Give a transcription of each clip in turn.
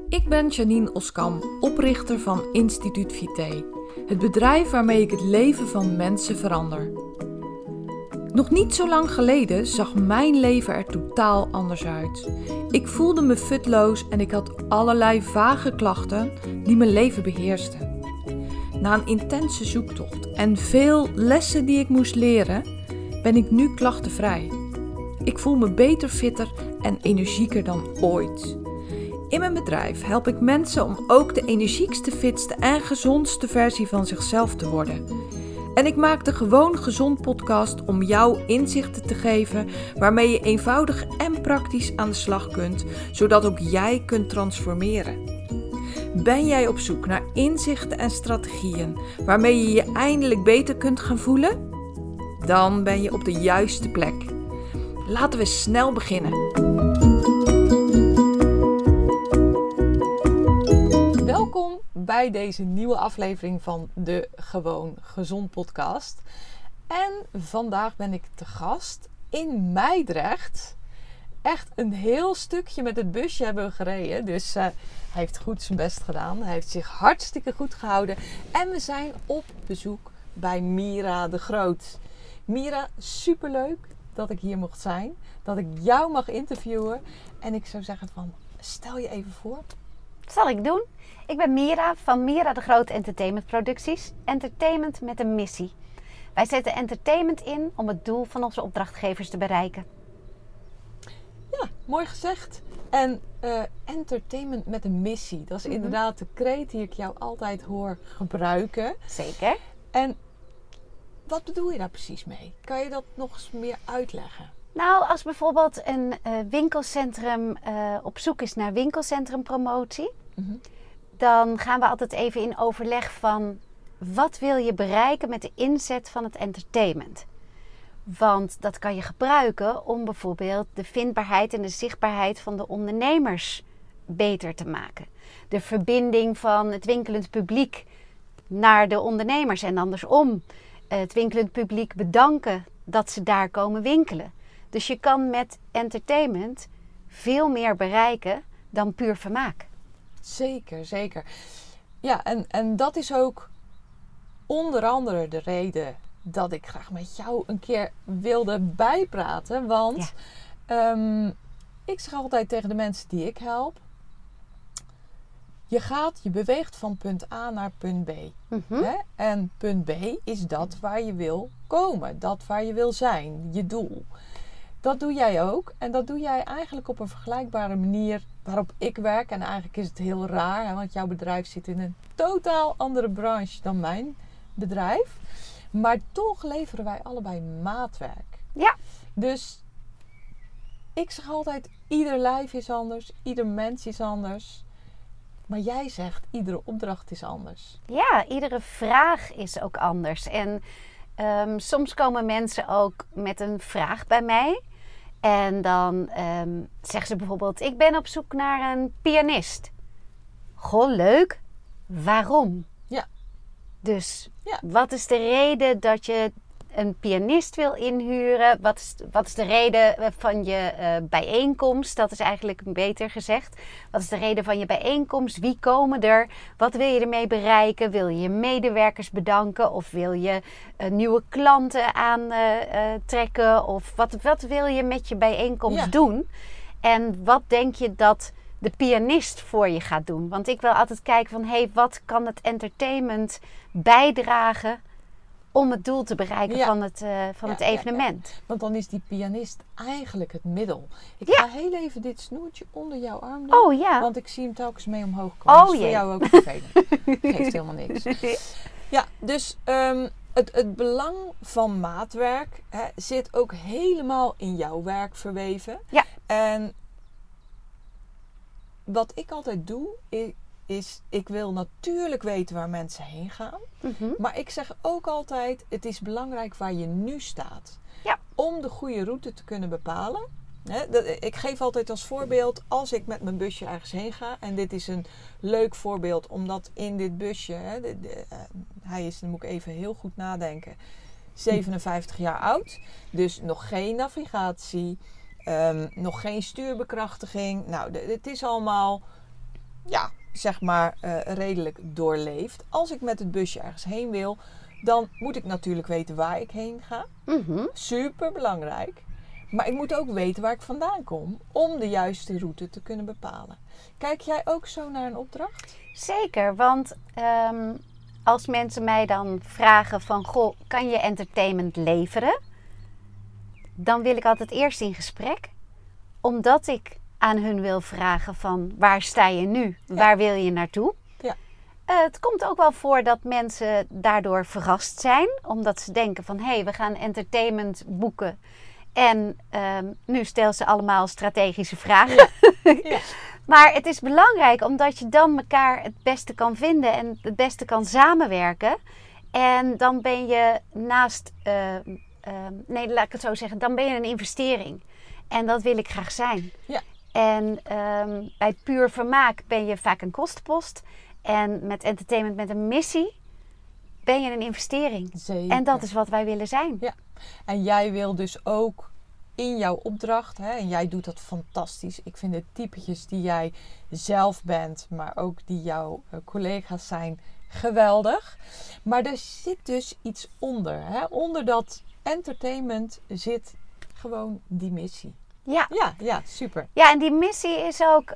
Ik ben Janine Oskam, oprichter van Instituut Vitae, het bedrijf waarmee ik het leven van mensen verander. Nog niet zo lang geleden zag mijn leven er totaal anders uit. Ik voelde me futloos en ik had allerlei vage klachten die mijn leven beheersten. Na een intense zoektocht en veel lessen die ik moest leren, ben ik nu klachtenvrij. Ik voel me beter, fitter en energieker dan ooit. In mijn bedrijf help ik mensen om ook de energiekste, fitste en gezondste versie van zichzelf te worden. En ik maak de Gewoon Gezond podcast om jou inzichten te geven waarmee je eenvoudig en praktisch aan de slag kunt, zodat ook jij kunt transformeren. Ben jij op zoek naar inzichten en strategieën waarmee je je eindelijk beter kunt gaan voelen? Dan ben je op de juiste plek. Laten we snel beginnen. Welkom bij deze nieuwe aflevering van de Gewoon Gezond podcast. En vandaag ben ik te gast in Meidrecht. Echt een heel stukje met het busje hebben we gereden. Dus hij heeft goed zijn best gedaan. Hij heeft zich hartstikke goed gehouden. En we zijn op bezoek bij Mira de Groot. Mira, superleuk dat ik hier mocht zijn. Dat ik jou mag interviewen. En ik zou zeggen van, stel je even voor. Zal ik doen. Ik ben Mira van Mira de Groot Entertainment Producties. Entertainment met een missie. Wij zetten entertainment in om het doel van onze opdrachtgevers te bereiken. Ja, mooi gezegd. En entertainment met een missie. Dat is inderdaad de kreet die ik jou altijd hoor gebruiken. Zeker. En wat bedoel je daar precies mee? Kan je dat nog eens meer uitleggen? Nou, als bijvoorbeeld een winkelcentrum op zoek is naar winkelcentrumpromotie, dan gaan we altijd even in overleg van wat wil je bereiken met de inzet van het entertainment. Want dat kan je gebruiken om bijvoorbeeld de vindbaarheid en de zichtbaarheid van de ondernemers beter te maken. De verbinding van het winkelend publiek naar de ondernemers en andersom. Het winkelend publiek bedanken dat ze daar komen winkelen. Dus je kan met entertainment veel meer bereiken dan puur vermaak. Zeker, zeker. Ja, en dat is ook onder andere de reden dat ik graag met jou een keer wilde bijpraten. Want ik zeg altijd tegen de mensen die ik help, je beweegt van punt A naar punt B. Hè? En punt B is dat waar je wil komen. Dat waar je wil zijn. Je doel. Dat doe jij ook. En dat doe jij eigenlijk op een vergelijkbare manier waarop ik werk. En eigenlijk is het heel raar. Hè? Want jouw bedrijf zit in een totaal andere branche dan mijn bedrijf. Maar toch leveren wij allebei maatwerk. Ja. Dus ik zeg altijd, ieder lijf is anders. Ieder mens is anders. Maar jij zegt, iedere opdracht is anders. Ja, iedere vraag is ook anders. En soms komen mensen ook met een vraag bij mij. En dan zeggen ze bijvoorbeeld, ik ben op zoek naar een pianist. Goh, leuk. Waarom? Ja. Dus wat is de reden dat je een pianist wil inhuren? Wat is de reden van je bijeenkomst? Dat is eigenlijk beter gezegd. Wat is de reden van je bijeenkomst? Wie komen er? Wat wil je ermee bereiken? Wil je je medewerkers bedanken? Of wil je nieuwe klanten aantrekken? Of wat wil je met je bijeenkomst doen? En wat denk je dat de pianist voor je gaat doen? Want ik wil altijd kijken van, wat kan het entertainment bijdragen om het doel te bereiken van het evenement. Ja. Want dan is die pianist eigenlijk het middel. Ik ga heel even dit snoertje onder jouw arm doen. Oh ja. Want ik zie hem telkens mee omhoog komen. Dat is voor jou ook vervelend. Geeft helemaal niks. Ja, dus het belang van maatwerk zit ook helemaal in jouw werk verweven. Ja. En wat ik altijd doe, is ik wil natuurlijk weten waar mensen heen gaan. Maar ik zeg ook altijd, het is belangrijk waar je nu staat. Ja. Om de goede route te kunnen bepalen. Ik geef altijd als voorbeeld, als ik met mijn busje ergens heen ga. En dit is een leuk voorbeeld, omdat in dit busje, hij is, dan moet ik even heel goed nadenken, 57 jaar oud. Dus nog geen navigatie, nog geen stuurbekrachtiging. Nou, het is allemaal zeg maar redelijk doorleefd. Als ik met het busje ergens heen wil, dan moet ik natuurlijk weten waar ik heen ga. Mhm. Super belangrijk. Maar ik moet ook weten waar ik vandaan kom om de juiste route te kunnen bepalen. Kijk jij ook zo naar een opdracht? Zeker, want als mensen mij dan vragen van... Goh, kan je entertainment leveren? Dan wil ik altijd eerst in gesprek. Omdat ik aan hun wil vragen van... Waar sta je nu? Ja. Waar wil je naartoe? Ja. Het komt ook wel voor dat mensen daardoor verrast zijn. Omdat ze denken van... Hé, we gaan entertainment boeken. En nu stellen ze allemaal strategische vragen. Ja. Ja. Maar het is belangrijk omdat je dan elkaar het beste kan vinden en het beste kan samenwerken. En dan ben je naast, laat ik het zo zeggen, dan ben je een investering. En dat wil ik graag zijn. Ja. En bij puur vermaak ben je vaak een kostenpost. En met entertainment met een missie ben je een investering. Zeker. En dat is wat wij willen zijn. Ja. En jij wil dus ook in jouw opdracht, en jij doet dat fantastisch. Ik vind de typetjes die jij zelf bent, maar ook die jouw collega's zijn, geweldig. Maar er zit dus iets onder. Onder dat entertainment zit gewoon die missie. Ja. Ja, super. Ja, en die missie is ook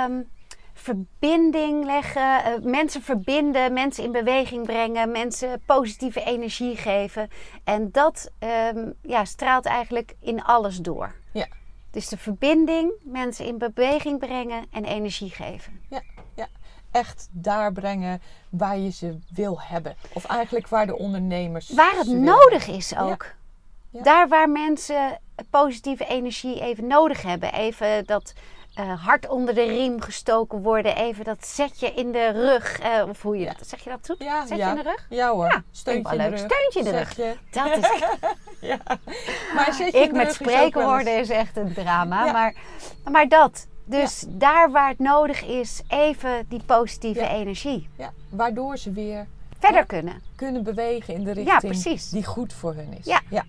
verbinding leggen, mensen verbinden, mensen in beweging brengen, mensen positieve energie geven. En dat straalt eigenlijk in alles door. Ja. Dus de verbinding, mensen in beweging brengen en energie geven. Ja. Echt daar brengen waar je ze wil hebben. Of eigenlijk waar de ondernemers waar het nodig is ook. Ja. Daar waar mensen positieve energie even nodig hebben. Even dat hard onder de riem gestoken worden. Even dat zetje in de rug. Of hoe je dat... Zeg je dat goed? Ja, zetje in de rug? Ja hoor. Ja, steuntje in de rug. Steuntje in de rug. Dat is... Ja. Maar ik met spreekwoorden is echt een drama. Ja. Maar dat. Dus daar waar het nodig is, even die positieve energie. Ja. Waardoor ze weer verder kunnen bewegen in de richting die goed voor hun is. Ja.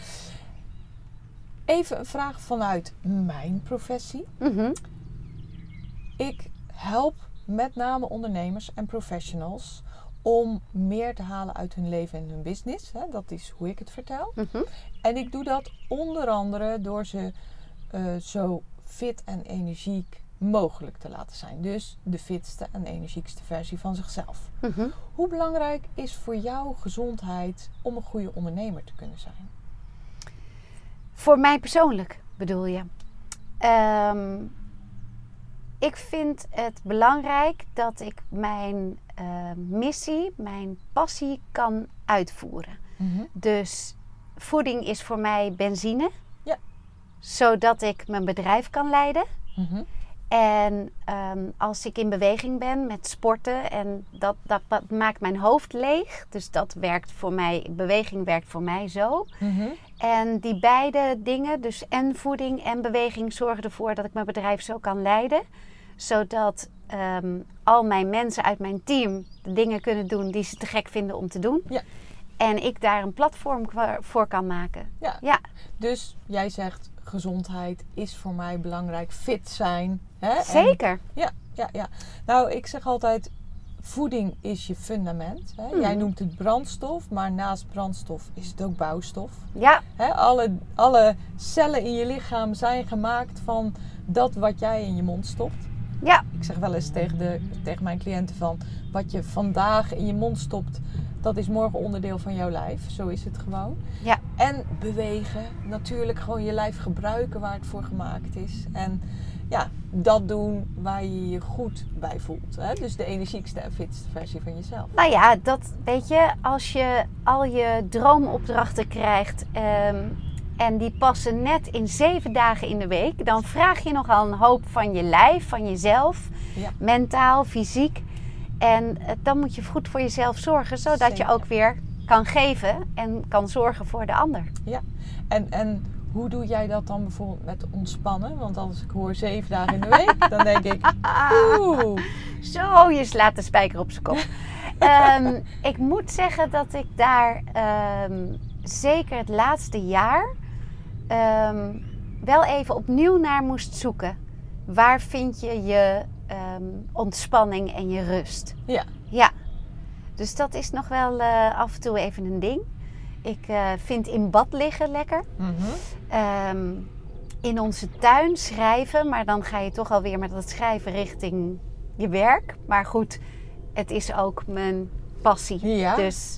Even een vraag vanuit mijn professie. Mm-hmm. Ik help met name ondernemers en professionals om meer te halen uit hun leven en hun business. Dat is hoe ik het vertel. Mm-hmm. En ik doe dat onder andere door ze zo fit en energiek mogelijk te laten zijn. Dus de fitste en energiekste versie van zichzelf. Mm-hmm. Hoe belangrijk is voor jou gezondheid om een goede ondernemer te kunnen zijn? Voor mij persoonlijk bedoel je? Ik vind het belangrijk dat ik mijn missie, mijn passie kan uitvoeren. Mm-hmm. Dus voeding is voor mij benzine. Ja. Zodat ik mijn bedrijf kan leiden. Mm-hmm. En als ik in beweging ben met sporten en dat maakt mijn hoofd leeg. Dus dat werkt voor mij, beweging werkt voor mij zo. Mm-hmm. En die beide dingen, dus en voeding en beweging, zorgen ervoor dat ik mijn bedrijf zo kan leiden. Zodat al mijn mensen uit mijn team de dingen kunnen doen die ze te gek vinden om te doen. Ja. En ik daar een platform voor kan maken. Ja. Dus jij zegt gezondheid is voor mij belangrijk. Fit zijn. Hè? Zeker. Ja. Nou, ik zeg altijd, voeding is je fundament. Hè? Jij noemt het brandstof, maar naast brandstof is het ook bouwstof. Ja. Hè? Alle cellen in je lichaam zijn gemaakt van dat wat jij in je mond stopt. Ja. Ik zeg wel eens tegen mijn cliënten van, wat je vandaag in je mond stopt, dat is morgen onderdeel van jouw lijf. Zo is het gewoon. Ja. En bewegen. Natuurlijk gewoon je lijf gebruiken waar het voor gemaakt is. En dat doen waar je je goed bij voelt. Hè? Dus de energiekste en fitste versie van jezelf. Nou ja, dat weet je. Als je al je droomopdrachten krijgt en die passen net in 7 dagen in de week, dan vraag je nogal een hoop van je lijf, van jezelf. Ja. Mentaal, fysiek. En dan moet je goed voor jezelf zorgen, zodat Zeker. je ook weer kan geven en kan zorgen voor de ander. Ja, en hoe doe jij dat dan bijvoorbeeld met ontspannen? Want als ik hoor 7 dagen in de week, dan denk ik, Zo, je slaat de spijker op zijn kop. Ik moet zeggen dat ik daar zeker het laatste jaar wel even opnieuw naar moest zoeken. Waar vind je je ontspanning en je rust. Ja. Ja, dus dat is nog wel af en toe even een ding. Ik vind in bad liggen lekker. In onze tuin schrijven, maar dan ga je toch alweer met dat schrijven richting je werk. Maar goed, het is ook mijn passie. Ja. Dus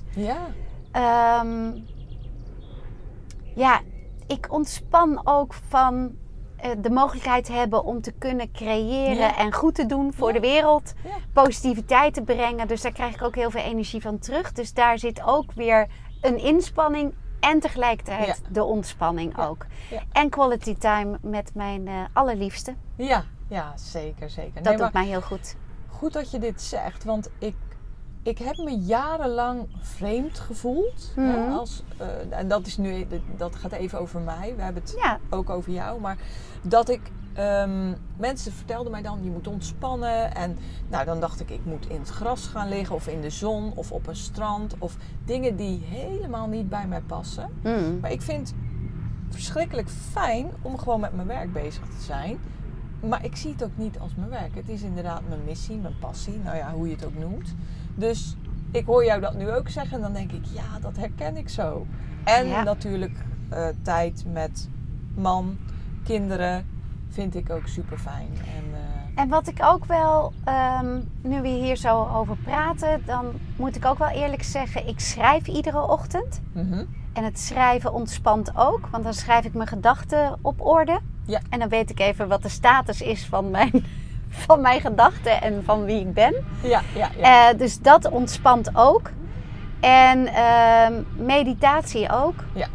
ja, ik ontspan ook van de mogelijkheid hebben om te kunnen creëren en goed te doen voor de wereld. Ja. Positiviteit te brengen. Dus daar krijg ik ook heel veel energie van terug. Dus daar zit ook weer een inspanning en tegelijkertijd de ontspanning ook. Ja. En quality time met mijn allerliefste. Ja, zeker. Dat doet mij heel goed. Goed dat je dit zegt, want ik heb me jarenlang vreemd gevoeld. Hè, en dat is nu, dat gaat even over mij. We hebben het ook over jou. Maar dat ik, mensen vertelden mij dan, je moet ontspannen. En nou, dan dacht ik moet in het gras gaan liggen of in de zon of op een strand. Of dingen die helemaal niet bij mij passen. Maar ik vind het verschrikkelijk fijn om gewoon met mijn werk bezig te zijn. Maar ik zie het ook niet als mijn werk. Het is inderdaad mijn missie, mijn passie. Nou ja, hoe je het ook noemt. Dus ik hoor jou dat nu ook zeggen. En dan denk ik, ja, dat herken ik zo. En natuurlijk tijd met man, kinderen vind ik ook super fijn. En wat ik ook wel, nu we hier zo over praten, dan moet ik ook wel eerlijk zeggen, ik schrijf iedere ochtend. En het schrijven ontspant ook, want dan schrijf ik mijn gedachten op orde. Ja. En dan weet ik even wat de status is van mijn gedachten en van wie ik ben. Ja. Dus dat ontspant ook. En meditatie ook. Ja.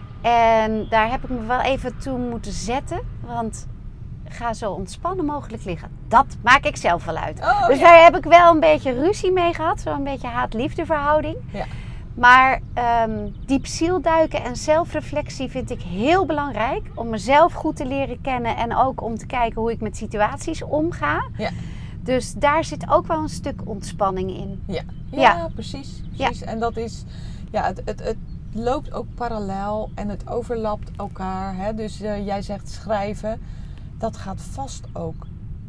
En daar heb ik me wel even toe moeten zetten, want ga zo ontspannen mogelijk liggen. Dat maak ik zelf wel uit. Dus daar heb ik wel een beetje ruzie mee gehad. Zo'n beetje haat-liefde verhouding. Ja. Maar diep zielduiken en zelfreflectie vind ik heel belangrijk. Om mezelf goed te leren kennen. En ook om te kijken hoe ik met situaties omga. Ja. Dus daar zit ook wel een stuk ontspanning in. Ja, precies. Ja. En dat is... Ja, het loopt ook parallel. En het overlapt elkaar. Hè? Dus jij zegt schrijven. Dat gaat vast ook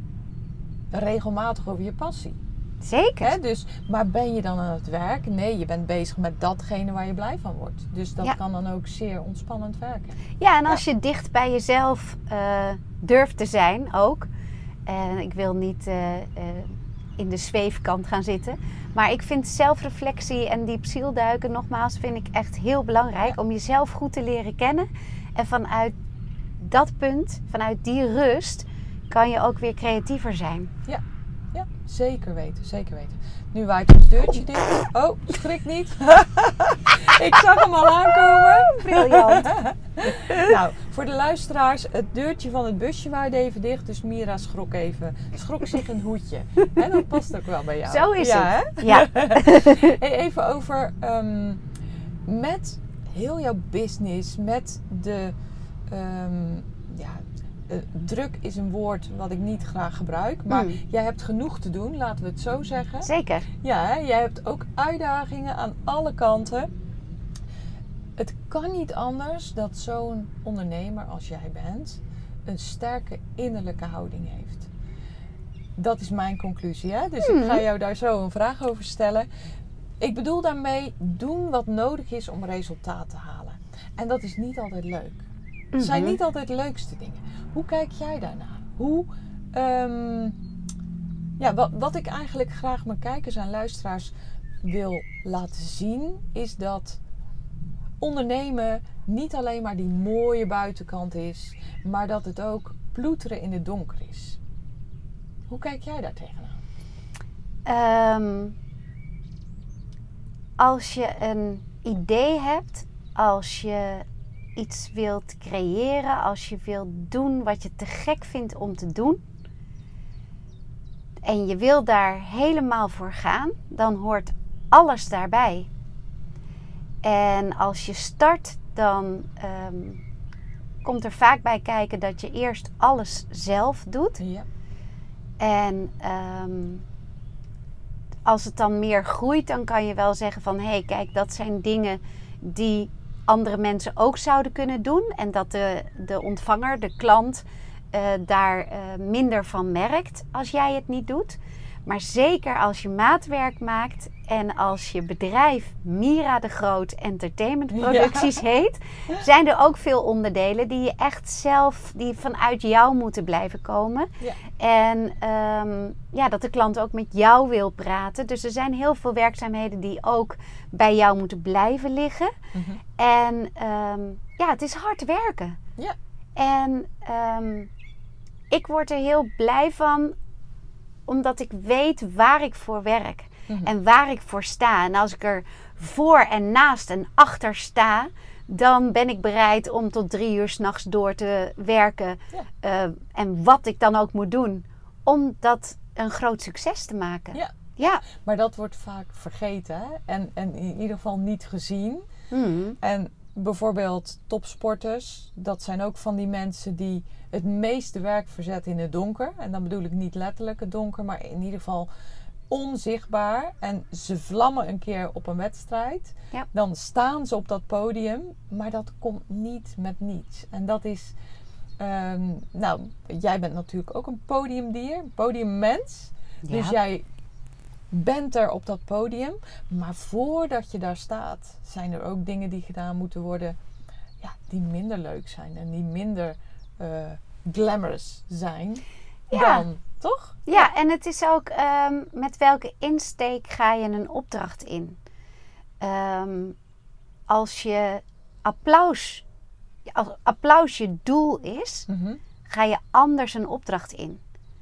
regelmatig over je passie. Zeker. Hè? Dus, maar ben je dan aan het werk? Nee, je bent bezig met datgene waar je blij van wordt. Dus dat kan dan ook zeer ontspannend werken. Ja, en als je dicht bij jezelf durft te zijn ook. En ik wil niet in de zweefkant gaan zitten. Maar ik vind zelfreflectie en diep zielduiken, nogmaals, vind ik echt heel belangrijk. Om jezelf goed te leren kennen. En vanuit dat punt, vanuit die rust, kan je ook weer creatiever zijn. Ja, zeker weten. Nu waait ons deurtje dicht. Oh, schrik niet. Ik zag hem al aankomen. Briljant. Nou, voor de luisteraars, het deurtje van het busje waaide even dicht. Dus Mira schrok zich een hoedje. En dat past ook wel bij jou. Zo is het. Hè? Ja. Hey, even over met heel jouw business, met de... druk is een woord wat ik niet graag gebruik. Maar jij hebt genoeg te doen, laten we het zo zeggen. Zeker. Ja, hè? Jij hebt ook uitdagingen aan alle kanten. Het kan niet anders dat zo'n ondernemer als jij bent een sterke innerlijke houding heeft. Dat is mijn conclusie. Hè? Dus ik ga jou daar zo een vraag over stellen. Ik bedoel daarmee doen wat nodig is om resultaat te halen. En dat is niet altijd leuk. Het zijn niet altijd de leukste dingen. Hoe kijk jij daarnaar? Wat ik eigenlijk graag mijn kijkers en luisteraars wil laten zien, is dat ondernemen niet alleen maar die mooie buitenkant is, maar dat het ook ploeteren in het donker is. Hoe kijk jij daar tegenaan? Als je een idee hebt, als je iets wilt creëren, als je wilt doen wat je te gek vindt om te doen en je wil daar helemaal voor gaan, dan hoort alles daarbij. En als je start, dan komt er vaak bij kijken dat je eerst alles zelf doet. Ja. En als het dan meer groeit, dan kan je wel zeggen van hé, kijk, dat zijn dingen die andere mensen ook zouden kunnen doen. En dat de ontvanger, de klant, daar minder van merkt als jij het niet doet. Maar zeker als je maatwerk maakt en als je bedrijf Mira de Groot Entertainment Producties heet, zijn er ook veel onderdelen die je echt zelf, die vanuit jou moeten blijven komen. Ja. En dat de klant ook met jou wil praten. Dus er zijn heel veel werkzaamheden die ook bij jou moeten blijven liggen. Mm-hmm. En het is hard werken. Ja. En ik word er heel blij van, omdat ik weet waar ik voor werk. Mm-hmm. En waar ik voor sta. En als ik er voor en naast en achter sta, dan ben ik bereid om tot 3 uur 's nachts door te werken. Ja. En wat ik dan ook moet doen, om dat een groot succes te maken. Ja. Ja. Maar dat wordt vaak vergeten, hè? En in ieder geval niet gezien. Mm-hmm. En bijvoorbeeld topsporters, dat zijn ook van die mensen die het meeste werk verzetten in het donker. En dan bedoel ik niet letterlijk het donker, maar in ieder geval onzichtbaar. En ze vlammen een keer op een wedstrijd. Ja. Dan staan ze op dat podium, maar dat komt niet met niets. En dat is, jij bent natuurlijk ook een podiumdier, een podiummens. Ja. Dus jij bent er op dat podium, maar voordat je daar staat, zijn er ook dingen die gedaan moeten worden, die minder leuk zijn en die minder glamorous zijn dan, toch? Ja, en het is ook met welke insteek ga je een opdracht in? Als je applaus je doel is, mm-hmm. ga je anders een opdracht in.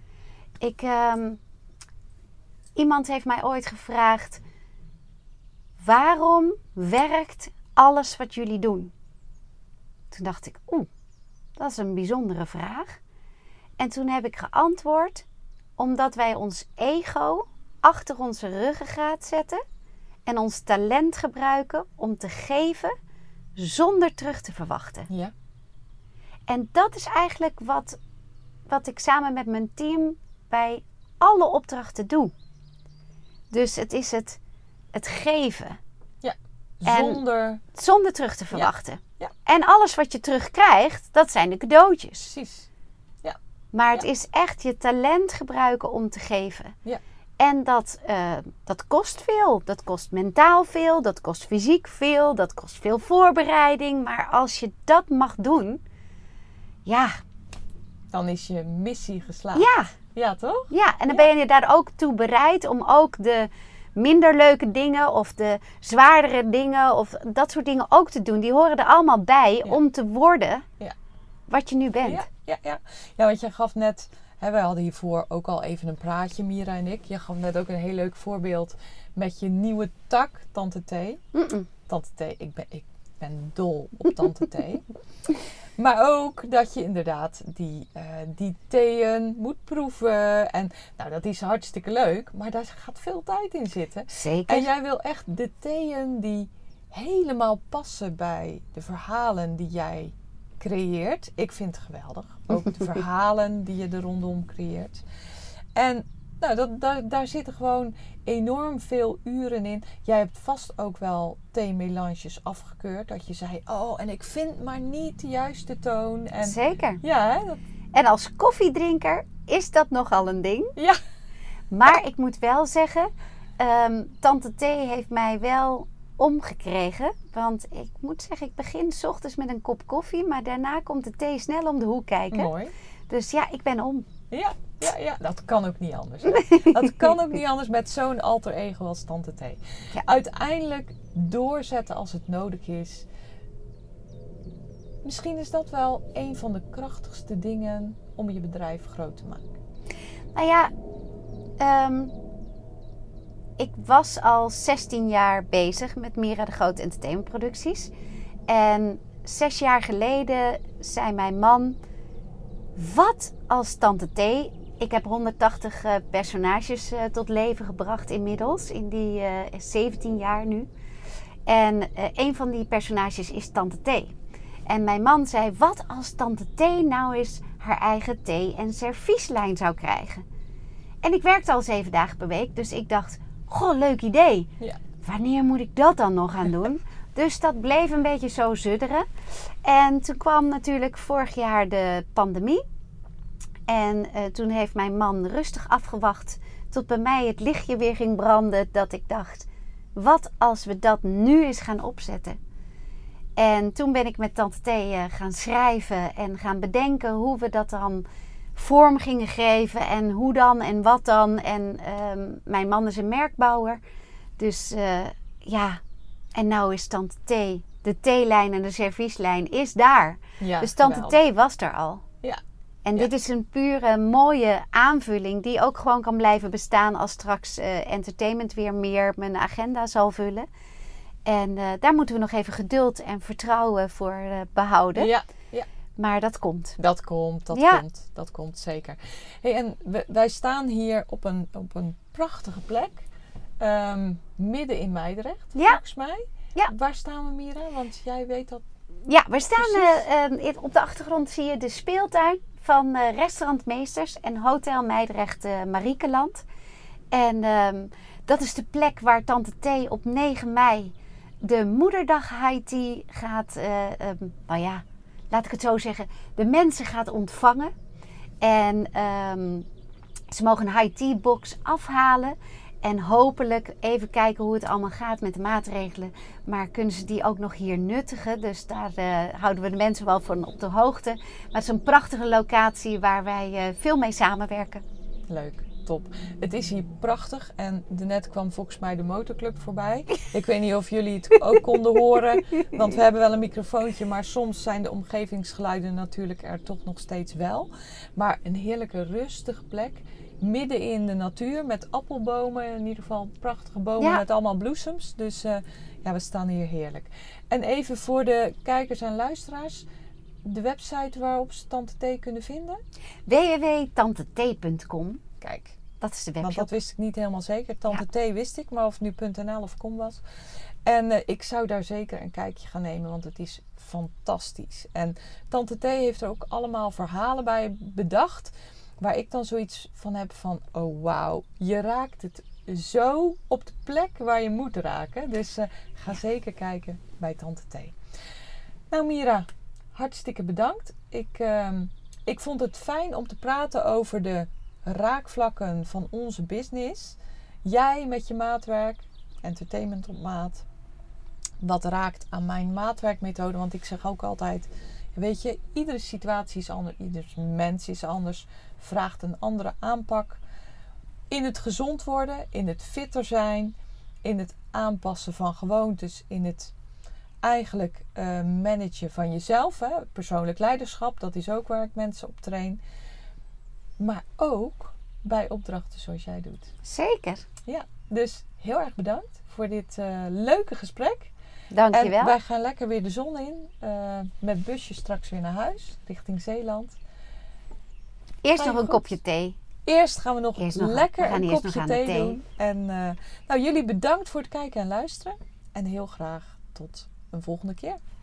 Iemand heeft mij ooit gevraagd, waarom werkt alles wat jullie doen? Toen dacht ik, dat is een bijzondere vraag. En toen heb ik geantwoord, omdat wij ons ego achter onze ruggengraat zetten en ons talent gebruiken om te geven zonder terug te verwachten. Ja. En dat is eigenlijk wat ik samen met mijn team bij alle opdrachten doe. Dus het is het geven. Ja, zonder terug te verwachten. Ja. Ja. En alles wat je terugkrijgt, dat zijn de cadeautjes. Precies. Ja. Maar het is echt je talent gebruiken om te geven. Ja. En dat kost veel. Dat kost mentaal veel. Dat kost fysiek veel. Dat kost veel voorbereiding. Maar als je dat mag doen, dan is je missie geslaagd. Ja. Ja, toch? Ja, en dan ben je daar ook toe bereid om ook de minder leuke dingen of de zwaardere dingen of dat soort dingen ook te doen. Die horen er allemaal bij om te worden wat je nu bent. Ja, want je gaf net, wij hadden hiervoor ook al even een praatje, Mira en ik. Je gaf net ook een heel leuk voorbeeld met je nieuwe tak, Tante T. Mm-mm. Tante T, ik ben dol op Tante T. Maar ook dat je inderdaad die theeën moet proeven. En dat is hartstikke leuk. Maar daar gaat veel tijd in zitten. Zeker. En jij wil echt de theeën die helemaal passen bij de verhalen die jij creëert. Ik vind het geweldig. Ook de verhalen die je er rondom creëert. En daar zitten gewoon enorm veel uren in. Jij hebt vast ook wel theemelanges afgekeurd. Dat je zei, en ik vind maar niet de juiste toon. En, zeker. Ja, En als koffiedrinker is dat nogal een ding. Ja. Maar ik moet wel zeggen, Tante T heeft mij wel omgekregen. Want ik moet zeggen, ik begin 's ochtends met een kop koffie. Maar daarna komt de thee snel om de hoek kijken. Mooi. Dus ik ben om. Ja, dat kan ook niet anders. Dat kan ook niet anders met zo'n alter ego als Tante T. Ja. Uiteindelijk doorzetten als het nodig is. Misschien is dat wel een van de krachtigste dingen om je bedrijf groot te maken. Ik was al 16 jaar bezig met Mira de Groot Entertainment Producties. En 6 jaar geleden zei mijn man, wat als Tante T? Ik heb 180 personages tot leven gebracht inmiddels, in die 17 jaar nu. En een van die personages is Tante T. En mijn man zei, wat als Tante T nou eens haar eigen thee- en servieslijn zou krijgen? En ik werkte al 7 dagen per week, dus ik dacht, goh, leuk idee. Ja. Wanneer moet ik dat dan nog gaan doen? Dus dat bleef een beetje zo sudderen. En toen kwam natuurlijk vorig jaar de pandemie. En toen heeft mijn man rustig afgewacht tot bij mij het lichtje weer ging branden. Dat ik dacht, wat als we dat nu eens gaan opzetten? En toen ben ik met Tante T gaan schrijven en gaan bedenken hoe we dat dan vorm gingen geven. En hoe dan en wat dan. En mijn man is een merkbouwer. Dus en nou is Tante T, de theelijn en de servieslijn is daar. Ja, dus Tante geweldig. T was er al. Ja. En dit is een pure mooie aanvulling die ook gewoon kan blijven bestaan als straks entertainment weer meer mijn agenda zal vullen. En daar moeten we nog even geduld en vertrouwen voor behouden. Ja. Maar dat komt. Dat komt zeker. Hey, en wij staan hier op een prachtige plek. Midden in Meidrecht, volgens mij. Ja. Waar staan we, Mira? Want jij weet dat. Ja, we staan op de achtergrond zie je de speeltuin van Restaurantmeesters en Hotel Meidrecht Mariekeland. En dat is de plek waar Tante T op 9 mei de Moederdag High Tea gaat, laat ik het zo zeggen, de mensen gaat ontvangen. En ze mogen een high tea box afhalen. En hopelijk even kijken hoe het allemaal gaat met de maatregelen. Maar kunnen ze die ook nog hier nuttigen? Dus daar houden we de mensen wel van op de hoogte. Maar het is een prachtige locatie waar wij veel mee samenwerken. Leuk, top. Het is hier prachtig. En net kwam volgens mij de motorclub voorbij. Ik weet niet of jullie het ook konden horen. Want we hebben wel een microfoontje. Maar soms zijn de omgevingsgeluiden natuurlijk er toch nog steeds wel. Maar een heerlijke rustige plek. Midden in de natuur met appelbomen. In ieder geval prachtige bomen met allemaal bloesems. Dus we staan hier heerlijk. En even voor de kijkers en luisteraars. De website waarop ze Tante T kunnen vinden? www.tantet.com. Kijk. Dat is de webshop. Want dat wist ik niet helemaal zeker. Tante T wist ik, maar of het nu .nl of .com was. En ik zou daar zeker een kijkje gaan nemen, want het is fantastisch. En Tante T heeft er ook allemaal verhalen bij bedacht. Waar ik dan zoiets van heb van, oh wauw, je raakt het zo op de plek waar je moet raken. Dus ga zeker kijken bij Tante T. Nou Mira, hartstikke bedankt. Ik vond het fijn om te praten over de raakvlakken van onze business. Jij met je maatwerk, entertainment op maat. Wat raakt aan mijn maatwerkmethode, want ik zeg ook altijd, weet je, iedere situatie is anders, ieder mens is anders, vraagt een andere aanpak. In het gezond worden, in het fitter zijn, in het aanpassen van gewoontes, in het eigenlijk managen van jezelf. Hè? Persoonlijk leiderschap, dat is ook waar ik mensen op train. Maar ook bij opdrachten zoals jij doet. Zeker. Ja, dus heel erg bedankt voor dit leuke gesprek. Dankjewel. En wij gaan lekker weer de zon in. Met busje straks weer naar huis, richting Zeeland. Eerst nog een kopje thee. Eerst gaan we nog lekker een kopje thee thee doen. En jullie bedankt voor het kijken en luisteren. En heel graag tot een volgende keer.